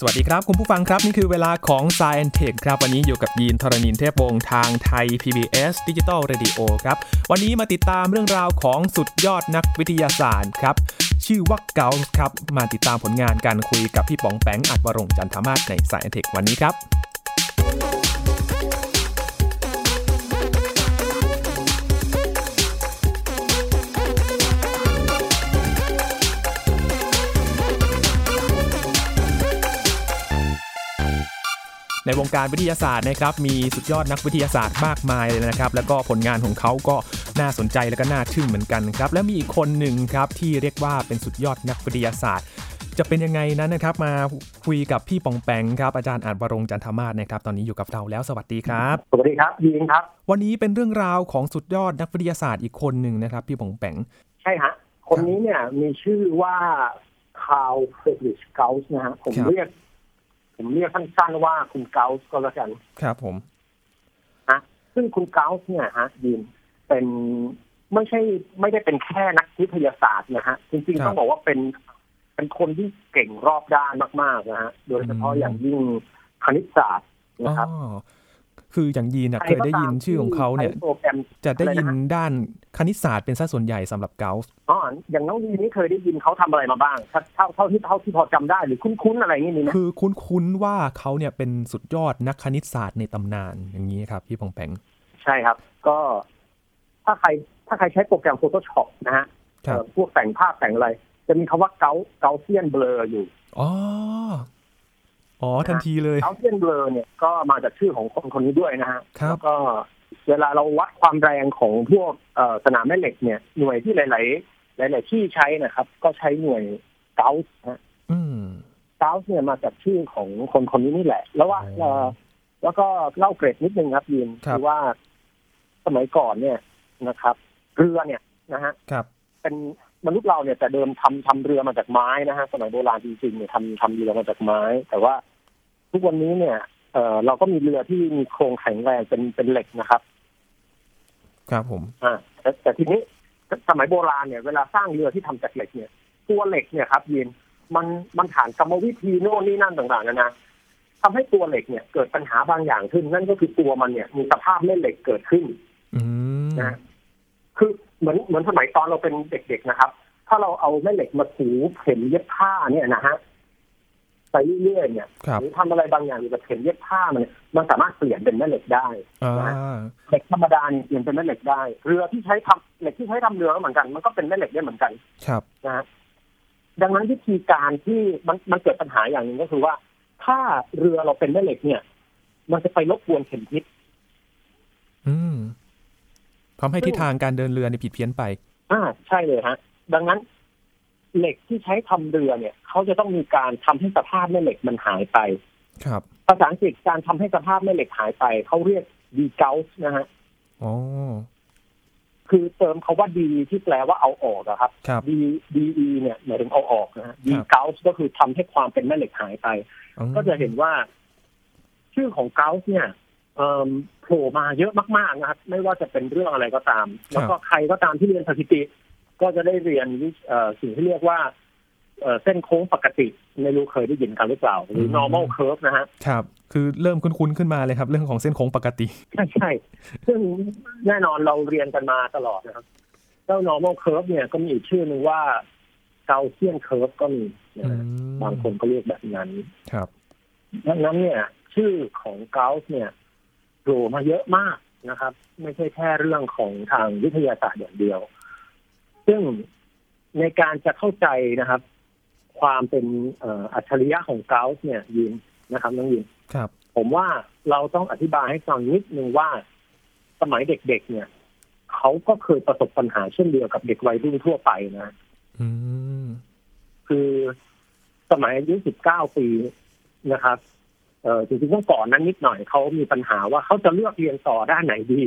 สวัสดีครับคุณผู้ฟังครับนี่คือเวลาของ Science Tech ครับวันนี้อยู่กับยีนธรณินทร์เทพวงศ์ทางไทย PBS Digital Radio ครับวันนี้มาติดตามเรื่องราวของสุดยอดนักวิทยาศาสตร์ครับชื่อว่าเกาส์ครับมาติดตามผลงานการคุยกับพี่ป๋องแปงอัดวรงค์จันทมาศใน Science Tech วันนี้ครับในวงการวิทยาศาสตร์นะครับมีสุดยอดนักวิทยาศาสตร์มากมายเลยนะครับแล้วก็ผลงานของเขาก็น่าสนใจและก็น่าทึ่งเหมือนกันครับและมีอีกคนหนึ่งครับที่เรียกว่าเป็นสุดยอดนักวิทยาศาสตร์จะเป็นยังไงนั้นนะครับมาคุยกับพี่ป๋องแปงครับอาจารย์อัดวรงค์จันทมาศนะครับตอนนี้อยู่กับเราแล้วสวัสดีครับสวัสดีครับยินครับวันนี้เป็นเรื่องราวของสุดยอดนักวิทยาศาสตร์อีกคนหนึ่งนะครับพี่ป๋องแปงใช่ฮะคนนี้เนี่ยมีชื่อว่าคาร์ล เฟรดริช เกาส์นะฮะผมเรียกสั้นๆว่าคุณเกาส์ก็แล้วกันครับผมซึ่งคุณเกาส์เนี่ยฮะยินเป็นไม่ได้เป็นแค่นักวิทยาศาสตร์นะฮะจริงๆต้องบอกว่าเป็นคนที่เก่งรอบด้านมากๆนะฮะโดยเฉพาะอย่างยิ่งคณิตศาสตร์นะครับคืออย่างยีนเคยได้ยินชื่อของเขาเนี่ยจะได้ยินด้านคณิตศาสตร์เป็นซะส่วนใหญ่สำหรับเกาส์อย่างน้องยีนนี่เคยได้ยินเขาทำอะไรมาบ้างเท่าที่พอจำได้หรือคุ้นๆอะไรอย่างนี้มีไหมคือคุ้นๆว่าเขาเนี่ยเป็นสุดยอดนักคณิตศาสตร์ในตำนานอย่างนี้ครับพี่ป๋องแปงใช่ครับก็ถ้าใครใช้โปรแกรม Photoshop นะฮะพวกแต่งภาพแต่งอะไรจะมีคำว่าเกาเซียนเบลออยู่ทันทีเลยเกาเซียนเบลอเนี่ยก็มาจากชื่อของคนนี้ด้วยนะฮะแล้วก็เวลาเราวัดความแรงของพวกสนามแม่เหล็กเนี่ยหน่วยที่หลายที่ใช้นะครับก็ใช้หน่วยเกาส์ฮะเกาส์เนี่ยมาจากชื่อของคนนี้นี่แหละแล้วก็เล่าเกร็ดนิดนึงครับยินคือว่าสมัยก่อนเนี่ยนะครับเรือเนี่ยนะฮะเป็นมนุษย์เราเนี่ยแต่เดิมทำเรือมาจากไม้นะฮะสมัยโบราณจริงๆเนี่ยทำเรือมาจากไม้แต่ว่าทุกวันนี้เนี่ยเราก็มีเรือที่มีโครงแข็งแรงเป็นเหล็กนะครับครับผมแต่ทีนี้สมัยโบราณเนี่ยเวลาสร้างเรือที่ทำจากเหล็กเนี่ยตัวเหล็กเนี่ยครับยินมันผ่านกรรมวิธีโน่นนี่นั่นต่างๆนะทำให้ตัวเหล็กเนี่ยเกิดปัญหาบางอย่างขึ้นนั่นก็คือตัวมันเนี่ยมีสภาพแม่เหล็กเกิดขึ้นนะคือเหมือนสมัยตอนเราเป็นเด็กๆนะครับถ้าเราเอาแม่เหล็กมาถูเข็มเย็บผ้าเนี่ยนะฮะไปเรื่อยๆเนี่ยหรือทำอะไรบางอย่างอยู่กับเข็มเย็บผ้ามันสามารถเปลี่ยนเป็นแม่เหล็กได้นะเหล็กธรรมดาเปลี่ยนเป็นแม่เหล็กได้เรือที่ใช้ทำเหล็กที่ใช้ทำเรือเหมือนกันมันก็เป็นแม่เหล็กได้เหมือนกันนะดังนั้นวิธีการที่มันเกิดปัญหาอย่างนึงก็คือว่าถ้าเรือเราเป็นแม่เหล็กเนี่ยมันจะไปรบกวนเข็มทิศทำให้ทิศทางการเดินเรือผิดเพี้ยนไปใช่เลยฮะดังนั้นเหล็กที่ใช้ทำเรือเนี่ยเขาจะต้องมีการทำให้สภาพแม่เหล็กมันหายไปครับภาษาอังกฤษการทำให้สภาพแม่เหล็กหายไปเขาเรียก de-gauss นะฮะคือเติมคาว่า de ที่แปลว่าเอาออกครับ de เนี่ยหมายถึงเอาออกนะฮะ de-gauss ก็คือทำให้ความเป็นแม่เหล็กหายไปก็จะเห็นว่าชื่อของ Gauss เนี่ยโผล่มาเยอะมากๆนะครับไม่ว่าจะเป็นเรื่องอะไรก็ตามแล้วก็ใครก็ตามที่เรียนสถิติก็จะได้เรียนสิ่งที่เรียกว่าเส้นโค้งปกติไม่รู้เคยได้ยินกันหรือเปล่าหรือ normal curve นะฮะครับคือเริ่มคุ้นๆขึ้นมาเลยครับเรื่องของเส้นโค้งปกติใช่ซึ่งแน่นอนเราเรียนกันมาตลอดนะครับแล้ว normal curve เนี่ยก็มีอีกชื่อนึงว่า Gaussian curve ก็มีบางคนก็เรียกแบบนั้นครับดังนั้นเนี่ยชื่อของ Gauss เนี่ยโผล่มาเยอะมากนะครับไม่ใช่แค่เรื่องของทางวิทยาศาสตร์อย่างเดียวซึ่งในการจะเข้าใจนะครับความเป็นอัจฉริยะของเกาส์เนี่ยยินนะครับน้องยินครับผมว่าเราต้องอธิบายให้ฟังนิดนึงว่าสมัยเด็กๆเนี่ยเขาก็เคยประสบปัญหาเช่นเดียวกับเด็กวัยรุ่นทั่วไปนะคือสมัยอายุ19 ปีนะครับจริงๆเมื่อก่อนนั้นนิดหน่อยเขามีปัญหาว่าเขาจะเลือกเรียนต่อด้านไหนดี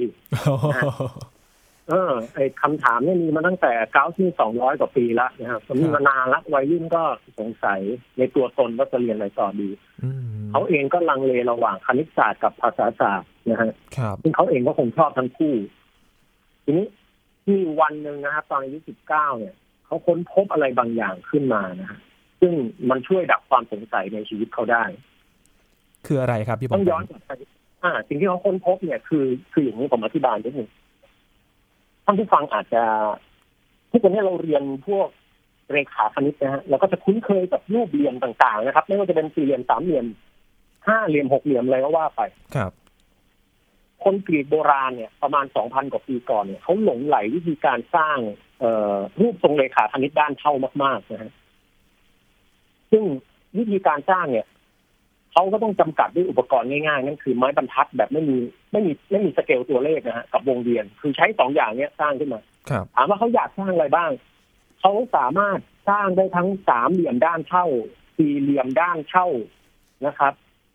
ไอ้คำถามนี่มีมาตั้งแต่เกาส์นี่200 กว่าปีแล้วนะครับมีมานานละวัยรุ่นก็สงสัยในตัวตนว่าจะเรียนอะไรต่อดีเขาเองก็ลังเลระหว่างคณิตศาสตร์กับภาษาศาสตร์นะฮะซึ่งเขาเองก็คงชอบทั้งคู่ทีนี้มีวันนึงนะครับตอนอายุ19เนี่ยเขาค้นพบอะไรบางอย่างขึ้นมานะฮะซึ่งมันช่วยดับความสงสัยในชีวิตเขาได้คืออะไรครับพี่ปองต้องย้อนกลับไปสิ่งที่เขาค้นพบเนี่ยคืออย่างนี้ผมอธิบายนิดนึงท่านผู้ฟังอาจจะทุกวันนี้เราเรียนพวกเรขาคณิตนะฮะเราก็จะคุ้นเคยกับรูปเหลี่ยมต่างๆนะครับไม่ว่าจะเป็นสี่เหลี่ยมสามเหลี่ยมห้าเหลี่ยมหกเหลี่ยมอะไรก็ว่าไปครับคนกรีกโบราณเนี่ยประมาณ 2,000 กว่าปีก่อนเนี่ยเขาหลงไหลวิธีการสร้างรูปทรงเรขาคณิตด้านเท่ามากๆนะฮะซึ่งวิธีการสร้างเนี่ยเขาก็ต้องจำกัดด้วยอุปกรณ์ง่ายๆนั่นคือไม้บรรทัดแบบไม่มีสเกลตัวเลขนะฮะกับวงเวียนคือใช้สองอย่างเนี้ยสร้างขึ้นมาถามว่าเขาอยากสร้างอะไรบ้างเขาสามารถสร้างได้ทั้งสามเหลี่ยมด้านเท่าสี่เหลี่ยมด้านเท่านะครับ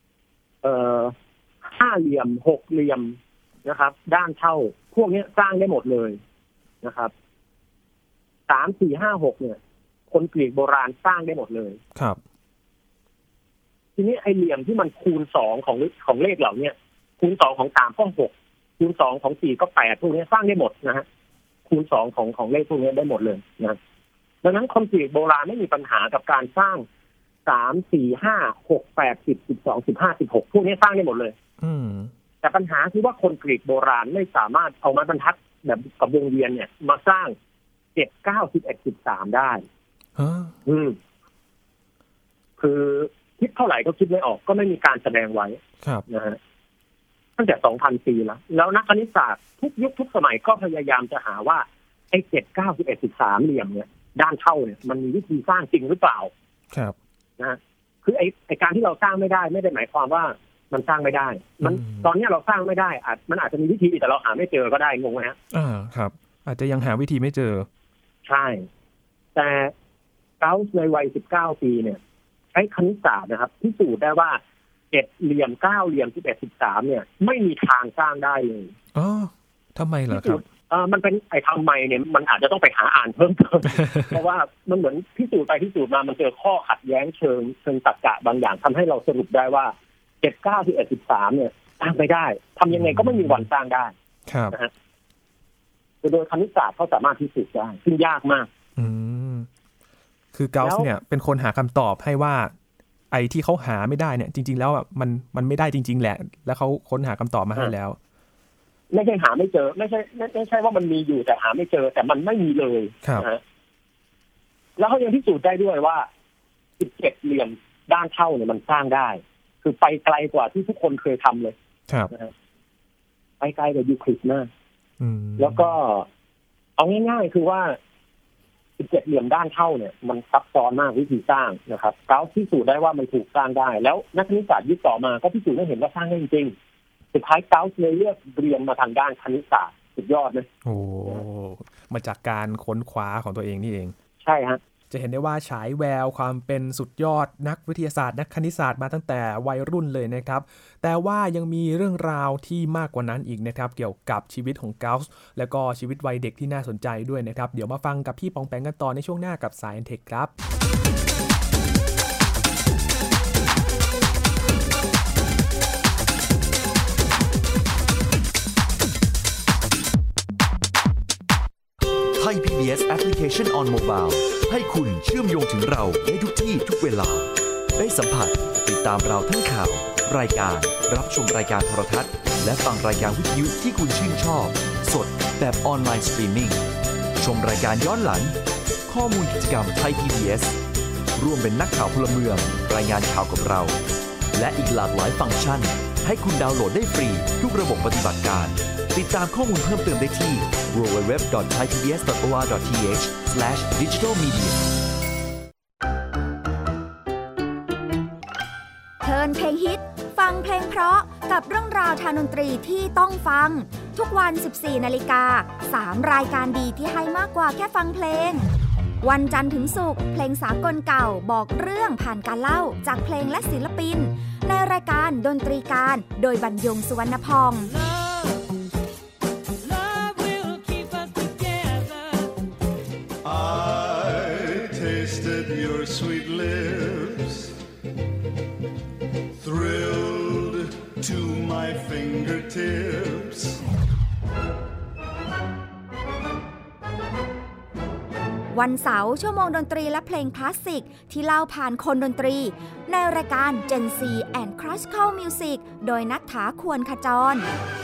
ห้าเหลี่ยมหกเหลี่ยมนะครับด้านเท่าพวกนี้สร้างได้หมดเลยนะครับ3 4 5 6เนี่ยคนกรีกโบราณสร้างได้หมดเลยครับทีนี้ไอเหลี่ยมที่มันคูณ2ของเลขเหล่านี้คูณ2ของ3ก็6คูณ2ของ4ก็8พวกนี้สร้างได้หมดนะฮะคูณ2ของเลขพวกนี้ได้หมดเลยนะดังนั้นคนกรีกโบราณไม่มีปัญหากับการสร้าง3 4 5 6 8 10 12 15 16พวกนี้สร้างได้หมดเลยแต่ปัญหาคือว่าคนกรีกโบราณไม่สามารถเอาไม้บรรทัดแบบกับวงเวียนเนี่ยมาสร้าง7 9 11 13ได้คือคิดเท่าไหร่ก็คิดไม่ออกก็ไม่มีการแสดงไว้นะฮะตั้งแต่ 2,000 ปีแล้วนักคณิตศาสตร์ทุกยุคทุกสมัยก็พยายามจะหาว่าไอ้7 9 11 13เหลี่ยมเนี่ยด้านเท่าเนี่ยมันมีวิธีสร้างจริงหรือเปล่าครับนะคือไอ้การที่เราสร้างไม่ได้หมายความว่ามันสร้างไม่ได้มันตอนนี้เราสร้างไม่ได้มันอาจจะมีวิธีแต่เราหาไม่เจอก็ได้งงไหมฮะครับอาจจะยังหาวิธีไม่เจอใช่แต่เกาส์ในวัย19 ปีเนี่ยใช้คณิตศาสตร์นะครับพิสูจน์ได้ว่า7เหลี่ยม9เหลี่ยม11 13เนี่ยไม่มีทางสร้างได้เลยทำไมเหรอครับมันเป็นทำไมเนี่ยมันอาจจะต้องไปหาอ่านเพิ่มเติม เพราะว่ามันเหมือนพิสูจน์ไปพิสูจน์มามันเจอข้อขัดแย้งเชิงตรรกะบางอย่างทำให้เราสรุปได้ว่า7 9 11 13เนี่ยสร้างไม่ได้ทำยังไงก็ไม่มีวันสร้างได้นะฮะโดยคณิตศาสตร์เขาสามารถพิสูจน์ได้ซึ่งยากมากคือเกาส์เนี่ยเป็นคนหาคำตอบให้ว่าไอ้ที่เขาหาไม่ได้เนี่ยจริงๆแล้วมันไม่ได้จริงๆแหละแล้วเขาค้นหาคำตอบมาให้แล้วไม่ใช่หาไม่เจอไม่ใช่ว่ามันมีอยู่แต่หาไม่เจอแต่มันไม่มีเลยนะฮะแล้วเขายังพิสูจน์ได้ด้วยว่า17เหลี่ยมด้านเท่าเนี่ยมันสร้างได้คือไปไกลกว่าที่ทุกคนเคยทำเลยนะฮะไปไกลกว่ายูคลิดมากแล้วก็เอาง่ายๆคือว่า17เหลี่ยมด้านเท่าเนี่ยมันซับซ้อนมากวิธีสร้างนะครับเกาส์พิสูจน์ได้ว่ามันถูกสร้างได้แล้วนักคณิตศาสตร์ยุคต่อมาก็พิสูจน์ให้เห็นว่าสร้างได้จริงสุดท้ายเกาส์เลยเลือกเรียนมาทางด้านคณิตศาสตร์สุดยอดเลยมาจากการค้นคว้าของตัวเองนี่เองใช่ฮะจะเห็นได้ว่าฉายแววความเป็นสุดยอดนักวิทยาศาสตร์นักคณิตศาสตร์มาตั้งแต่วัยรุ่นเลยนะครับแต่ว่ายังมีเรื่องราวที่มากกว่านั้นอีกนะครับเกี่ยวกับชีวิตของเกาส์และก็ชีวิตวัยเด็กที่น่าสนใจด้วยนะครับเดี๋ยวมาฟังกับพี่ปองแปงกันต่อในช่วงหน้ากับ Science Tech ครับไทย PBS Application on Mobile ให้คุณเชื่อมโยงถึงเราได้ทุกที่ทุกเวลาได้สัมผัสติดตามเราทั้งข่าวรายการรับชมรายการโทรทัศน์และฟังรายการวิทยุที่คุณชื่นชอบสดแบบออนไลน์สตรีมมิ่งชมรายการย้อนหลังข้อมูลกิจกรรมไทย PBS ร่วมเป็นนักข่าวพลเมืองรายงานข่าวกับเราและอีกหลากหลายฟังก์ชันให้คุณดาวน์โหลดได้ฟรีทุกระบบปฏิบัติการติดตามข้อมูลเพิ่มเติมได้ที่ www.thaipbs.or.th/digitalmedia เทิร์นเพลงฮิตฟังเพลงเพราะกับเรื่องราวทางดนตรีที่ต้องฟังทุกวัน 14:00 น. 3 รายการดีที่ให้มากกว่าแค่ฟังเพลงวันจันทร์ถึงศุกร์เพลงสากลเก่าบอกเรื่องผ่านการเล่าจากเพลงและศิลปินในรายการดนตรีการโดยบรรยงสุวรรณพอง Your sweet lips thrilled to my fingertips วันเสาร์ชั่วโมงดนตรีและเพลงคลาสสิกที่เล่าผ่านคนดนตรีในรายการ Gen Z and Classical Music โดยณัฐฐา ควรขจร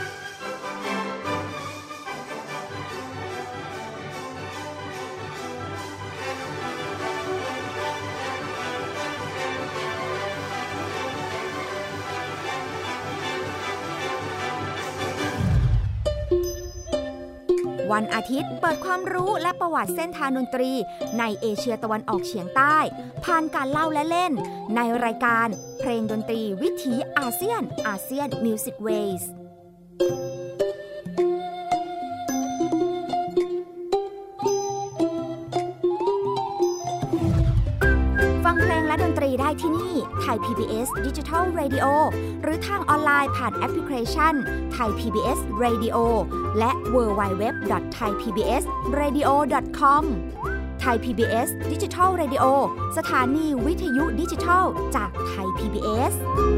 วันอาทิตย์เปิดความรู้และประวัติเส้นทางดนตรีในเอเชียตะวันออกเฉียงใต้ผ่านการเล่าและเล่นในรายการเพลงดนตรีวิถีอาเซียน ASEAN Music Waysฟังเพลงและดนตรีได้ที่นี่ไทย PBS Digital Radio หรือทางออนไลน์ผ่านแอปพลิเคชัน Thai PBS Radio และ www.thaipbsradio.com Thai PBS Digital Radio สถานีวิทยุดิจิทัลจากไทย PBS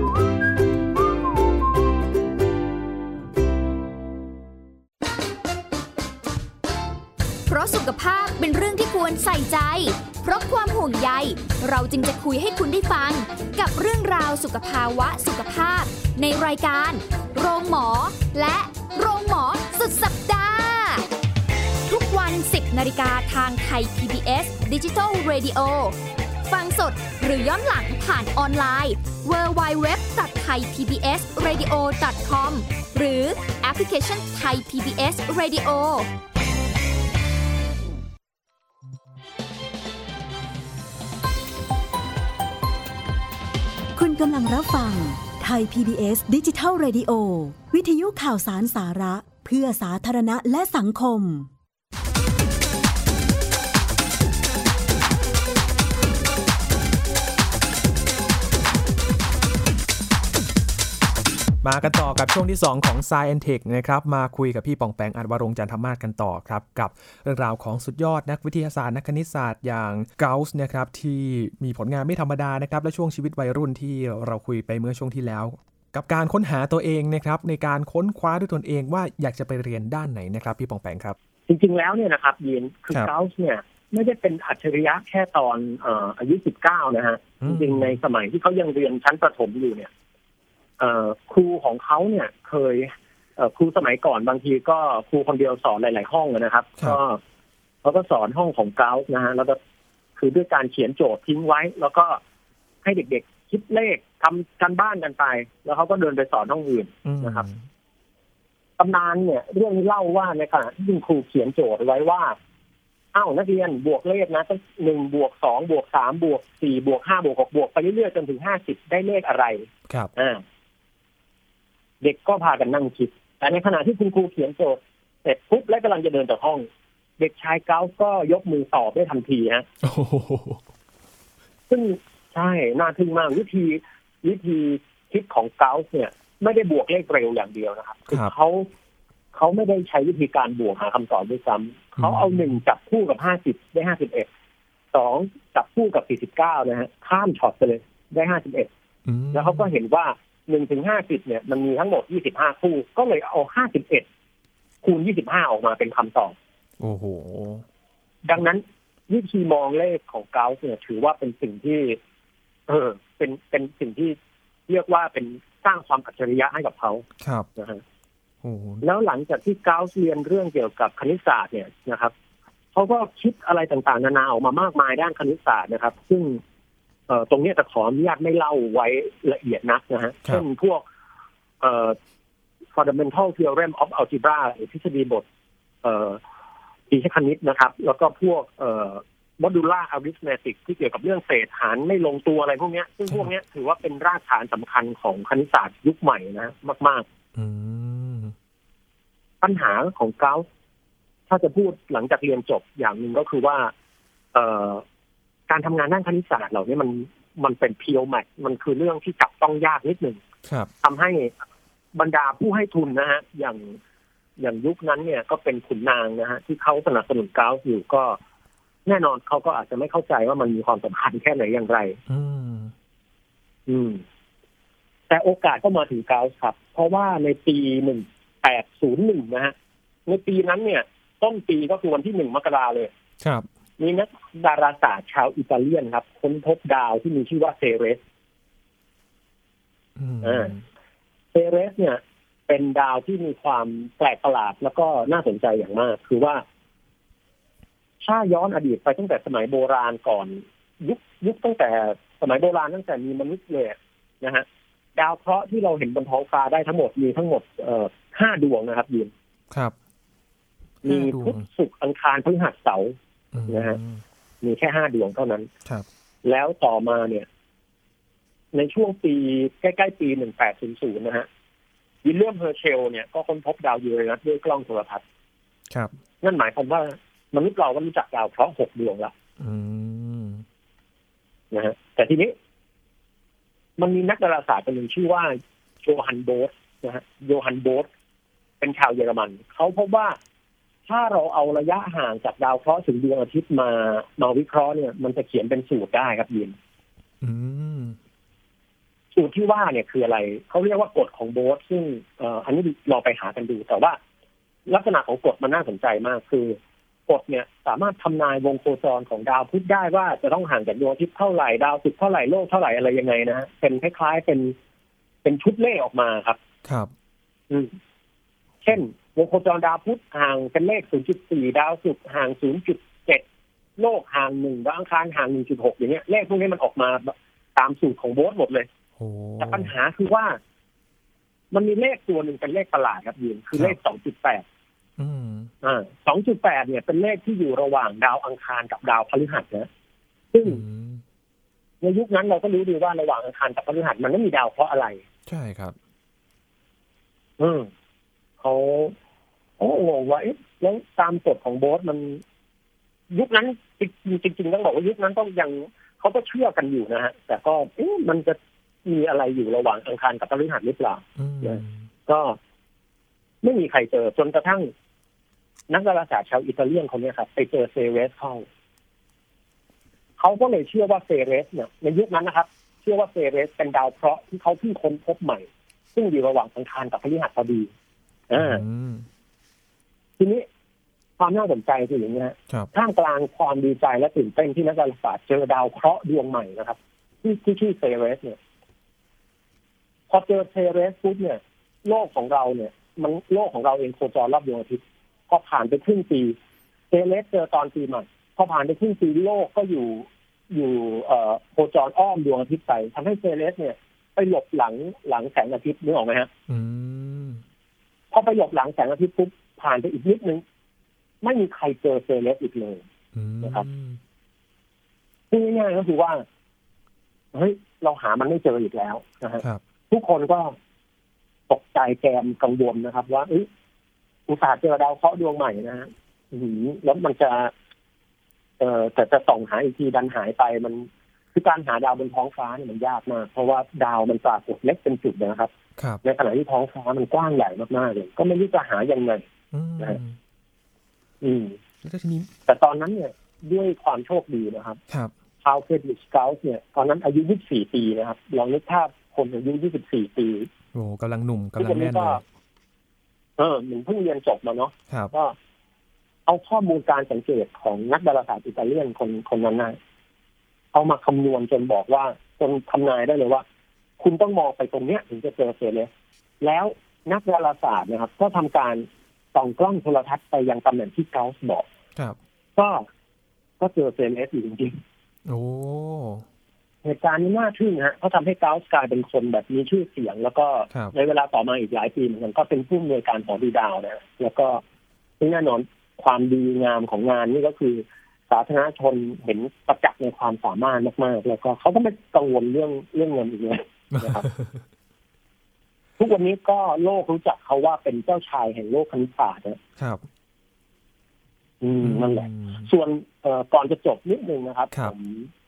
เพราะสุขภาพเป็นเรื่องที่ควรใส่ใจเพราะความห่วงใยเราจึงจะคุยให้คุณได้ฟังกับเรื่องราวสุขภาวะสุขภาพในรายการโรงหมอและโรงหมอสุดสัปดาห์ทุกวัน 10 นาฬิกาทางไทย PBS Digital Radio ฟังสดหรือย้อนหลังผ่านออนไลน์ www.thaipbsradio.com หรือแอปพลิเคชัน Thai PBS Radio คุณกำลังรับฟังไทย PBS Digital Radio วิทยุข่าวสารสาระเพื่อสาธารณะและสังคมมากันต่อกับช่วงที่2ของ Science Tech นะครับมาคุยกับพี่ปองแปง อัจวรงค์ จันทมาศกันต่อครับกับเรื่องราวของสุดยอดนักวิทยาศาสตร์นักคณิตศาสตร์อย่างเกาส์นะครับที่มีผลงานไม่ธรรมดานะครับและช่วงชีวิตวัยรุ่นที่เราคุยไปเมื่อช่วงที่แล้วกับการค้นหาตัวเองนะครับในการค้นคว้าด้วยตนเองว่าอยากจะไปเรียนด้านไหนนะครับพี่ปองแปงครับจริงๆแล้วเนี่ยนะครับยินคือเกาส์เนี่ยไม่ได้เป็นอัจฉริยะแค่ตอนอายุ19นะฮะจริงๆในสมัยที่เขายังเรียนชั้นประถมอยู่เนี่ยครูของเขาเนี่ยเคยครูสมัยก่อนบางทีก็ครูคนเดียวสอนหลายๆห้องนะครับก็เขาก็สอนห้องของเกาส์นะฮะแล้วก็คือด้วยการเขียนโจทย์ทิ้งไว้แล้วก็ให้เด็กๆคิดเลขทำการบ้านกันไปแล้วเขาก็เดินไปสอนห้องอื่นนะครับตำนานเนี่ยเรื่องเล่าว่าในขณะที่คุณครูเขียนโจทย์ไว้ว่าอ้าวนักเรียนบวกเลขนะตั้ง1 บวก 2 บวก 3 บวก 4 บวก 5 บวก 6 บวกไปเรื่อยๆจนถึง50ได้เลขอะไรครับเด็กก็พากันนั่งคิดแต่ในขณะที่คุณครูเขียนโจทย์เสร็จปุ๊บและกำลังจะเดินจากห้องเด็กชายเกาส์ก็ยกมือตอบได้ทันทีฮะซึ่งใช่น่าทึ่งมากวิธีคิดของเกาส์เนี่ยไม่ได้บวกเลขเร็วอย่างเดียวนะครับคือเขาไม่ได้ใช้วิธีการบวกหาคำตอบด้วยซ้ำเขาเอา1จับคู่กับ50ได้51 2จับคู่กับ49นะฮะข้ามช็อตไปเลยได้51แล้วเขาก็เห็นว่า1 ถึง 50เนี่ยมันมีทั้งหมด25คู่ก็เลยเอา51คูณ25ออกมาเป็นคำตอบโอ้โหดังนั้นวิธีมองเลขของเกาส์เนี่ยถือว่าเป็นสิ่งที่เป็นสิ่งที่เรียกว่าเป็นสร้างความอัจฉริยะให้กับเขาครับนะฮะแล้วหลังจากที่เกาส์เรียนเรื่องเกี่ยวกับคณิตศาสตร์เนี่ยนะครับเขาก็คิดอะไรต่างๆนานาออกมามากมายด้านคณิตศาสตร์นะครับซึ่งตรงนี้จะขออนุญาตไม่เล่าไว้ละเอียดนักนะฮะเช่นพวกfundamental theorem of algebra หรือทฤษฎีบทปีคณิตนะครับแล้วก็พวกmodular arithmetic ที่เกี่ยวกับเรื่องเศษหารไม่ลงตัวอะไรพวกนี้ซึ่งพวกนี้ถือว่าเป็นรากฐานสำคัญของคณิตศาสตร์ยุคใหม่นะมากๆปัญหาของเกาส์ถ้าจะพูดหลังจากเรียนจบอย่างหนึ่งก็คือว่าการทำงานด้านคณิตศาสตร์เหล่านี้มันเป็นเพียวแมทมันคือเรื่องที่จับต้องยากนิดหนึ่งทำให้บรรดาผู้ให้ทุนนะฮะอย่างยุคนั้นเนี่ยก็เป็นขุนนางนะฮะที่เขาสนับสนุนเกาส์อยู่ก็แน่นอนเขาก็อาจจะไม่เข้าใจว่ามันมีความสำคัญแค่ไหนอย่างไรแต่โอกาสก็มาถึงเกาส์ครับเพราะว่าในปี1801นะฮะในปีนั้นเนี่ยต้นปีก็คือวันที่1 มกราเลยครับมีนักดาราศาสตร์ชาวอิตาเลียนครับค้นพบดาวที่มีชื่อว่าเซเรสเซเรสเนี่ยเป็นดาวที่มีความแปลกประหลาดแล้วก็น่าสนใจอย่างมากคือว่าถ้าย้อนอดีตไปตั้งแต่สมัยโบราณก่อนยุคตั้งแต่สมัยโบราณตั้งแต่มีมนุษย์เลยนะฮะดาวเคราะห์ที่เราเห็นบนท้องฟ้าได้ทั้งหมดมีทั้งหมด5 ดวงนะครับยินครับมีพุธศุกร์อังคารพฤหัสเสาร์นะฮะมีแค่5 ดวงเท่านั้นครับแล้วต่อมาเนี่ยในช่วงปีใกล้ๆปี1800นะฮะวิลเลียมเฮอร์เชลเนี่ยก็ค้นพบดาวยูเรนัสด้วยกล้องโทรทัศน์ครับนั่นหมายความว่ามนุษย์เราก็รู้จักดาวเคราะห์6 ดวงละนะฮะแต่ทีนี้มันมีนักดาราศาสตร์คนหนึ่งชื่อว่าโยฮันโบสนะฮะโยฮันโบสเป็นชาวเยอรมันเขาพบว่าถ้าเราเอาระยะห่างจากดาวเคราะห์ถึงดวงอาทิตย์มาวิเคราะห์เนี่ยมันจะเขียนเป็นสูตรได้ครับยินสูตรที่ว่าเนี่ยคืออะไรเขาเรียกว่ากฎของโบสซึ่งอันนี้เราไปหากันดูแต่ว่าลักษณะของกฎมันน่าสนใจมากคือกฎเนี่ยสามารถทำนายวงโคจรของดาวพุธได้ว่าจะต้องห่างจากดวงอาทิตย์เท่าไหร่ดาวศุกร์เท่าไหร่โลกเท่าไหร่อะไรยังไงนะฮะเป็นคล้ายๆเป็นชุดเลขออกมาครับครับเช่นวงโคจรดาวพุธห่างเป็นเลข 0.4 ดาวศุกร์ห่าง 0.7 โลกห่าง1ดาวอังคารห่าง 1.6 อย่างเงี้ยเลขพวกนี้มันออกมาตามสูตรของโบสหมดเลยแต่ปัญหาคือว่ามันมีเลขตัวหนึ่งเป็นเลขประหลาดครับยินคือเลข 2.8 2.8 เนี่ยเป็นเลขที่อยู่ระหว่างดาวอังคารกับดาวพฤหัสนะซึ่งในยุคนั้นเราก็รู้ดีว่าระหว่างอังคารกับพฤหัสมันไม่มีดาวเคราะห์อะไรใช่ครับเขางงว่าแล้วตามกฎของโบสมันยุคนั้นจริงๆต้องบอกว่ายุคนั้นต้องยังเขาก็เชื่อกันอยู่นะฮะแต่ก็มันจะมีอะไรอยู่ระหว่างอังคารกับพฤหัสหรือเปล่าก็ไม่มีใครเจอจนกระทั่งนักดาราศาสตร์ชาวอิตาเลียนคนนี้ครับไปเจอเซเรสเขาก็เลยเชื่อว่าเซเรสเนี่ยในยุคนั้นนะครับเชื่อว่าเซเรสเป็นดาวเคราะห์ที่เขาเพิ่งค้นพบใหม่ซึ่งอยู่ระหว่างอังคารกับพฤหัสพอดีทีนี้ความน่าสนใจคืออย่างนี้ฮะท่ามกลางความดีใจและตื่นเต้นที่นักดาราศาสตร์เจอดาวเคราะห์ดวงใหม่นะครับที่ชื่อเซเรสเนี่ยพอเจอเซเรสปุ๊บเนี่ยโลกของเราเนี่ยมันโลกของเราเองโคจรรอบดวงอาทิตย์พอผ่านไปครึ่งปีเซเรสเจอตอนปีใหม่พอผ่านไปครึ่งปีโลกก็อยู่โคจรอ้อมดวงอาทิตย์ไปทำให้เซเรสเนี่ยไปหลบหลังแสงอาทิตย์นึกออกไหมฮะพอไปหลบหลังแสงอาทิตย์ปุ๊บผ่านไปอีกนิดนึงไม่มีใครเจอเซเรสอีกเลยนะครับที่ง่ายๆก็คือว่าเฮ้ยเราหามันไม่เจออีกแล้วนะฮะทุกคนก็ตกใจแกมกังวลนะครับว่าอุตส่าห์เจอดาวเคราะห์ดวงใหม่นะฮะแล้วมันจะแต่จะส่องหาอีกทีดันหายไปมันคือการหาดาวบนท้องฟ้าเนี่ยมันยากมากเพราะว่าดาวมันปรากฏเล็กเป็นจุดนะครับในขณะที่ท้องฟ้ามันกว้างใหญ่มากๆเลยก็ไม่รู้จะหายังไงนะแต่ตอนนั้นเนี่ยด้วยความโชคดีนะครับชาวเครดิตสเกลเนี่ยตอนนั้นอายุ24 ปีนะครับลองนึกภาพคนอายุ24 ปีโอ้กำลังหนุ่มกำลังแน่นเลยหนึ่งเพิ่งเรียนจบมาเนาะก็เอาข้อมูลการสังเกตของนักดาราศาสตร์อิตาเลียนคนนั้นนะเอามาคำนวณจนบอกว่าจนทำนายได้เลยว่าคุณต้องมองไปตรงเนี้ยถึงจะเจอเซเลสแล้วนักดาราศาสตร์นะครับก็ทำการส่องกล้องโทรทัศน์ไปยังตำแหน่งที่เกาส์บอกก็เจอเซเลสอยู่จริงๆโอ้เหตุการณ์นี้น่าทึ่งฮะเขาทำให้เกาส์กลายเป็นคนแบบมีชื่อเสียงแล้วก็ในเวลาต่อมาอีกหลายปีเหมือนกันก็เป็นผู้อำนวยการหอดูดาวนะแล้วก็แน่นอนความดีงามของงานนี่ก็คือสาธารณชนเห็นประจักษ์ในความสามารถมากๆแล้วก็เขาก็ไม่กังวลเรื่องเงินอีกเลยนะครับ ทุกวันนี้ก็โลกรู้จักเขาว่าเป็นเจ้าชายแห่งโลกคณิตศาสตร์นะครับนั่นแหละส่วนก่อนจะจบนิดนึงนะครับผม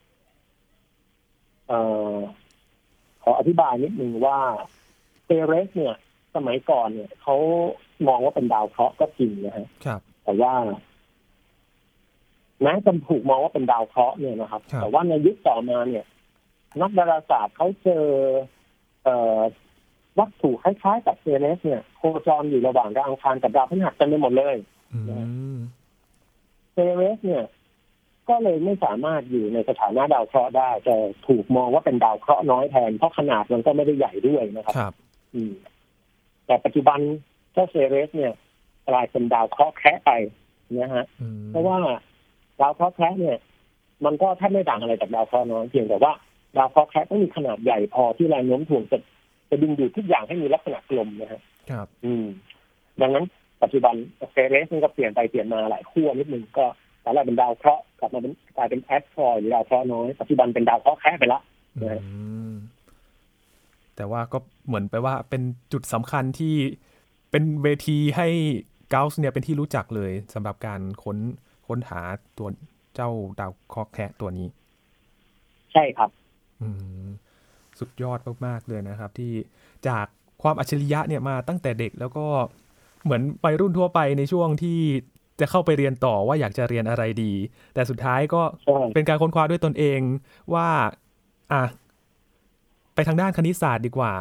ขออธิบายนิดนึงว่าเซเรสเนี่ยสมัยก่อนเนี่ยเขามองว่าเป็นดาวเคราะห์ก็จริงนะฮะแต่ว่าแม้จะถูกมองว่าเป็นดาวเคราะห์เนี่ยนะครับแต่ว่าในยุคต่อมาเนี่ยนักดาราศาสตร์เขาเจอวัตถุคล้ายๆกับเซเรสเนี่ยโคจรอยู่ระหว่างดาวอังคารกับดาวพฤหัสเต็มไปหมดเลยเซเรสเนี่ยก็ก็เลยไม่สามารถอยู่ในสถานะดาวเคราะห์ได้จะถูกมองว่าเป็นดาวเคราะห์น้อยแทนเพราะขนาดมันก็ไม่ได้ใหญ่ด้วยนะครับแต่ปัจจุบันเจ้าเซเรสเนี่ยกลายเป็นดาวเคราะห์แคะไปนะฮะเพราะว่าดาวเคราะห์แคะเนี่ยมันก็แทบไม่ต่างอะไรจากดาวเคราะห์น้อยเพียงแต่ว่าดาวเคราะห์แคะต้องมีขนาดใหญ่พอที่แรงโน้มถ่วงจะดึงดูดทุกอย่างให้มีลักษณะกลมนะฮะครับดังนั้นปัจจุบันเซเรสมันก็เปลี่ยนไปเปลี่ยนมาหลายขั้วนิดนึงก็ตอนแรกเป็นดาวเคราะห์กลับมาเป็นกลายเป็นแอสทรอยด์หรือดาวเคราะห์น้อยปัจจุบันเป็นดาวเคราะห์แคะไปละแต่ว่าก็เหมือนไปว่าเป็นจุดสำคัญที่เป็นเวทีให้เกาส์เนี่ยเป็นที่รู้จักเลยสำหรับการค้นหาตัวเจ้าดาวเคราะห์แคะตัวนี้ใช่ครับสุดยอดมากๆเลยนะครับที่จากความอัจฉริยะเนี่ยมาตั้งแต่เด็กแล้วก็เหมือนวัยรุ่นทั่วไปในช่วงที่จะเข้าไปเรียนต่อว่าอยากจะเรียนอะไรดีแต่สุดท้ายก็เป็นการค้นคว้าด้วยตนเองว่าไปทางด้านคณิตศาสตร์ดีกว่า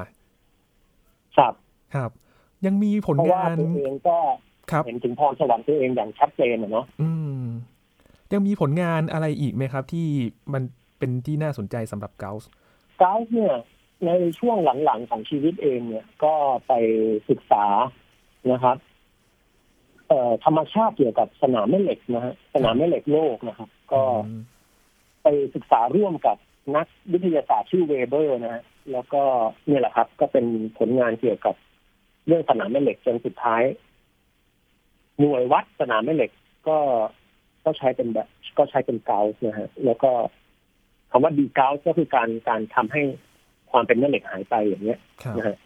ครับยังมีผลงานตัวเองก็เห็นถึงพรสวรรค์ตัวเองอย่างชัดเจนเนาะยังมีผลงานอะไรอีกไหมครับที่มันเป็นที่น่าสนใจสำหรับเกาส์เนี่ยในช่วงหลังๆของชีวิตเองเนี่ยก็ไปศึกษานะครับธรรมชาติเกี่ยวกับสนามแม่เหล็กนะฮะสนามแม่เหล็กโลกนะครับก็ไปศึกษาร่วมกับนักวิทยาศาสตร์ชื่อเวเบอร์นะฮะแล้วก็เนี่ยแหละครับก็เป็นผลงานเกี่ยวกับเรื่องสนามแม่เหล็กจนสุดท้ายหน่วยวัดสนามแม่เหล็กก็ใช้เป็นแบบก็ใช้เป็นเกาส์นะฮะแล้วก็คำว่าดีเกาส์ก็คือการทำให้ความเป็นแม่เหล็กหายไปอย่างเงี้ยนะฮะ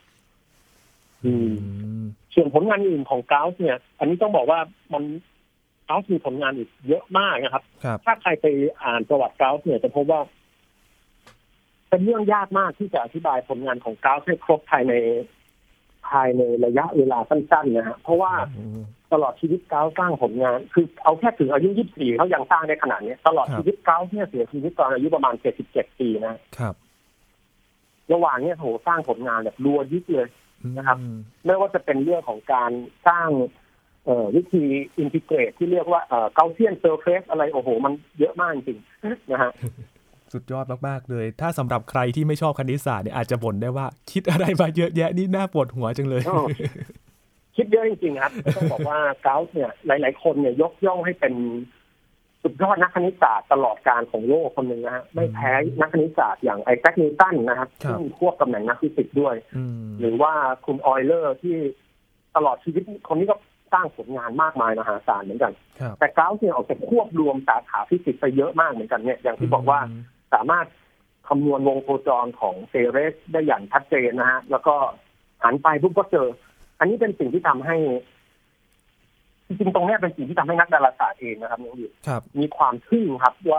ส่วนผลงานอื่นของเกาส์เนี่ยอันนี้ต้องบอกว่ามันเกาส์มีผลงานอีกเยอะมากนะครับถ้าใครไปอ่านประวัติเกาส์เนี่ยจะพบว่าเป็นเรื่องยากมากที่จะอธิบายผลงานของเกาส์ให้ครบภายในระยะเวลาสั้นๆนะฮะเพราะว่าตลอดชีวิตเกาส์สร้างผลงานคือเอาแค่ถึงอายุ24เขายังสร้างได้ขนาดนี้ตลอดชีวิตเกาส์เนี่ยเสียชีวิตตอนอายุประมาณ77ปีนะครับระหว่างนี้โหสร้างผลงานแบบรัวยิกเลยนะครับไม่ว่าจะเป็นเรื่องของการสร้างวิธีอินทิเกรตที่เรียกว่าเกาเซียนเซอร์เฟซอะไรโอ้โหมันเยอะมากจริงนะฮะสุดยอดมากๆเลยถ้าสำหรับใครที่ไม่ชอบคณิตศาสตร์เนี่ยอาจจะบ่นได้ว่าคิดอะไรมาเยอะแยะนี่น่าปวดหัวจังเลยคิดเยอะจริงๆครับต้องบอกว่าเกาส์เนี่ยหลายๆคนเนี่ยยกย่องให้เป็นสุดยอดนักคณิตศาสตร์ตลอดกาลของโลกคนหนึ่งนะฮะไม่แพ้นักคณิตศาสตร์อย่างไอแซคนิวตันนะครับซึ่งควบตำแหน่งนักฟิสิกส์ด้วยหรือว่าคุณออยเลอร์ที่ตลอดชีวิตคนนี้ก็สร้างผลงานมากมายมหาศาลเหมือนกันแต่เกาส์เนี่ยออกจากควบรวมสาขาฟิสิกส์ไปเยอะมากเหมือนกันเนี่ยอย่างที่บอกว่าสามารถคำนวณวงโคจรของเซเรสได้อย่างชัดเจนนะฮะแล้วก็หันไปปุ๊บก็เจออันนี้เป็นสิ่งที่ทำให้จริงๆตรงนี้เป็นสิ่งที่ทำให้นักดาราศาสตร์เองนะครับน้องอยู่มีความทึ่งครับว่า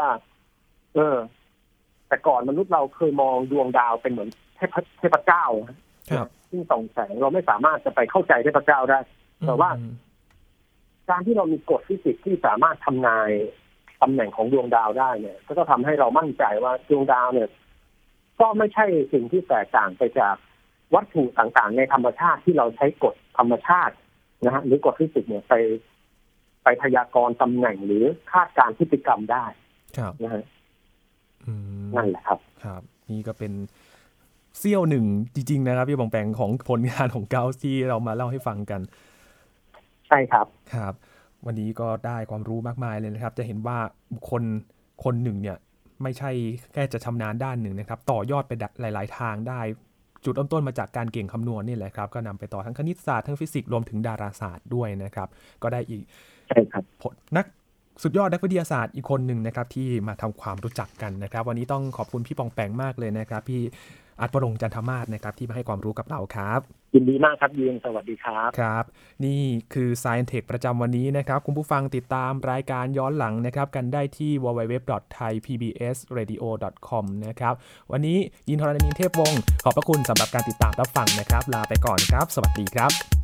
แต่ก่อนมนุษย์เราเคยมองดวงดาวเป็นเหมือนเทพเจ้าซึ่งส่องแสงเราไม่สามารถจะไปเข้าใจเทพเจ้าได้แต่ว่าการที่เรามีกฎฟิสิกส์ที่สามารถทำนายตำแหน่งของดวงดาวได้เนี่ยก็ทำให้เรามั่นใจว่าดวงดาวเนี่ยก็ไม่ใช่สิ่งที่แตกต่างไปจากวัตถุต่างๆในธรรมชาติที่เราใช้กฎธรรมชาตินะฮะหรือกฎฟิสิกส์เนี่ยไปพยากรณ์ตำแหน่งหรือคาดการณ์พฤติกรรมได้นะฮะนั่นแหละครับครับนี่ก็เป็นเสี้ยวหนึ่งจริงๆนะครับพี่บองแปงของผลงานของเกาส์ที่เรามาเล่าให้ฟังกันใช่ครับครับวันนี้ก็ได้ความรู้มากมายเลยนะครับจะเห็นว่าบุคคลคนหนึ่งเนี่ยไม่ใช่แค่จะชำนาญด้านหนึ่งนะครับต่อยอดไปหลายๆทางได้จุดเริ่มต้นมาจากการเก่งคำนวณนี่แหละครับก็นำไปต่อทั้งคณิตศาสตร์ทั้งฟิสิกส์รวมถึงดาราศาสตร์ด้วยนะครับก็ได้อีกใช่ครับสุดยอดนักวิทยาศาสตร์อีกคนหนึ่งนะครับที่มาทำความรู้จักกันนะครับวันนี้ต้องขอบคุณพี่ปองแปงมากเลยนะครับพี่อัฏวรงค์จันทมาศนะครับที่มาให้ความรู้กับเราครับยินดีมากครับยินสวัสดีครับครับนี่คือ Science Tech ประจำวันนี้นะครับคุณผู้ฟังติดตามรายการย้อนหลังนะครับกันได้ที่ www.thaipbsradio.com นะครับวันนี้ยินทรณินเทพวงศ์ขอบพระคุณสำหรับการติดตามรับฟังนะครับลาไปก่อนครับสวัสดีครับ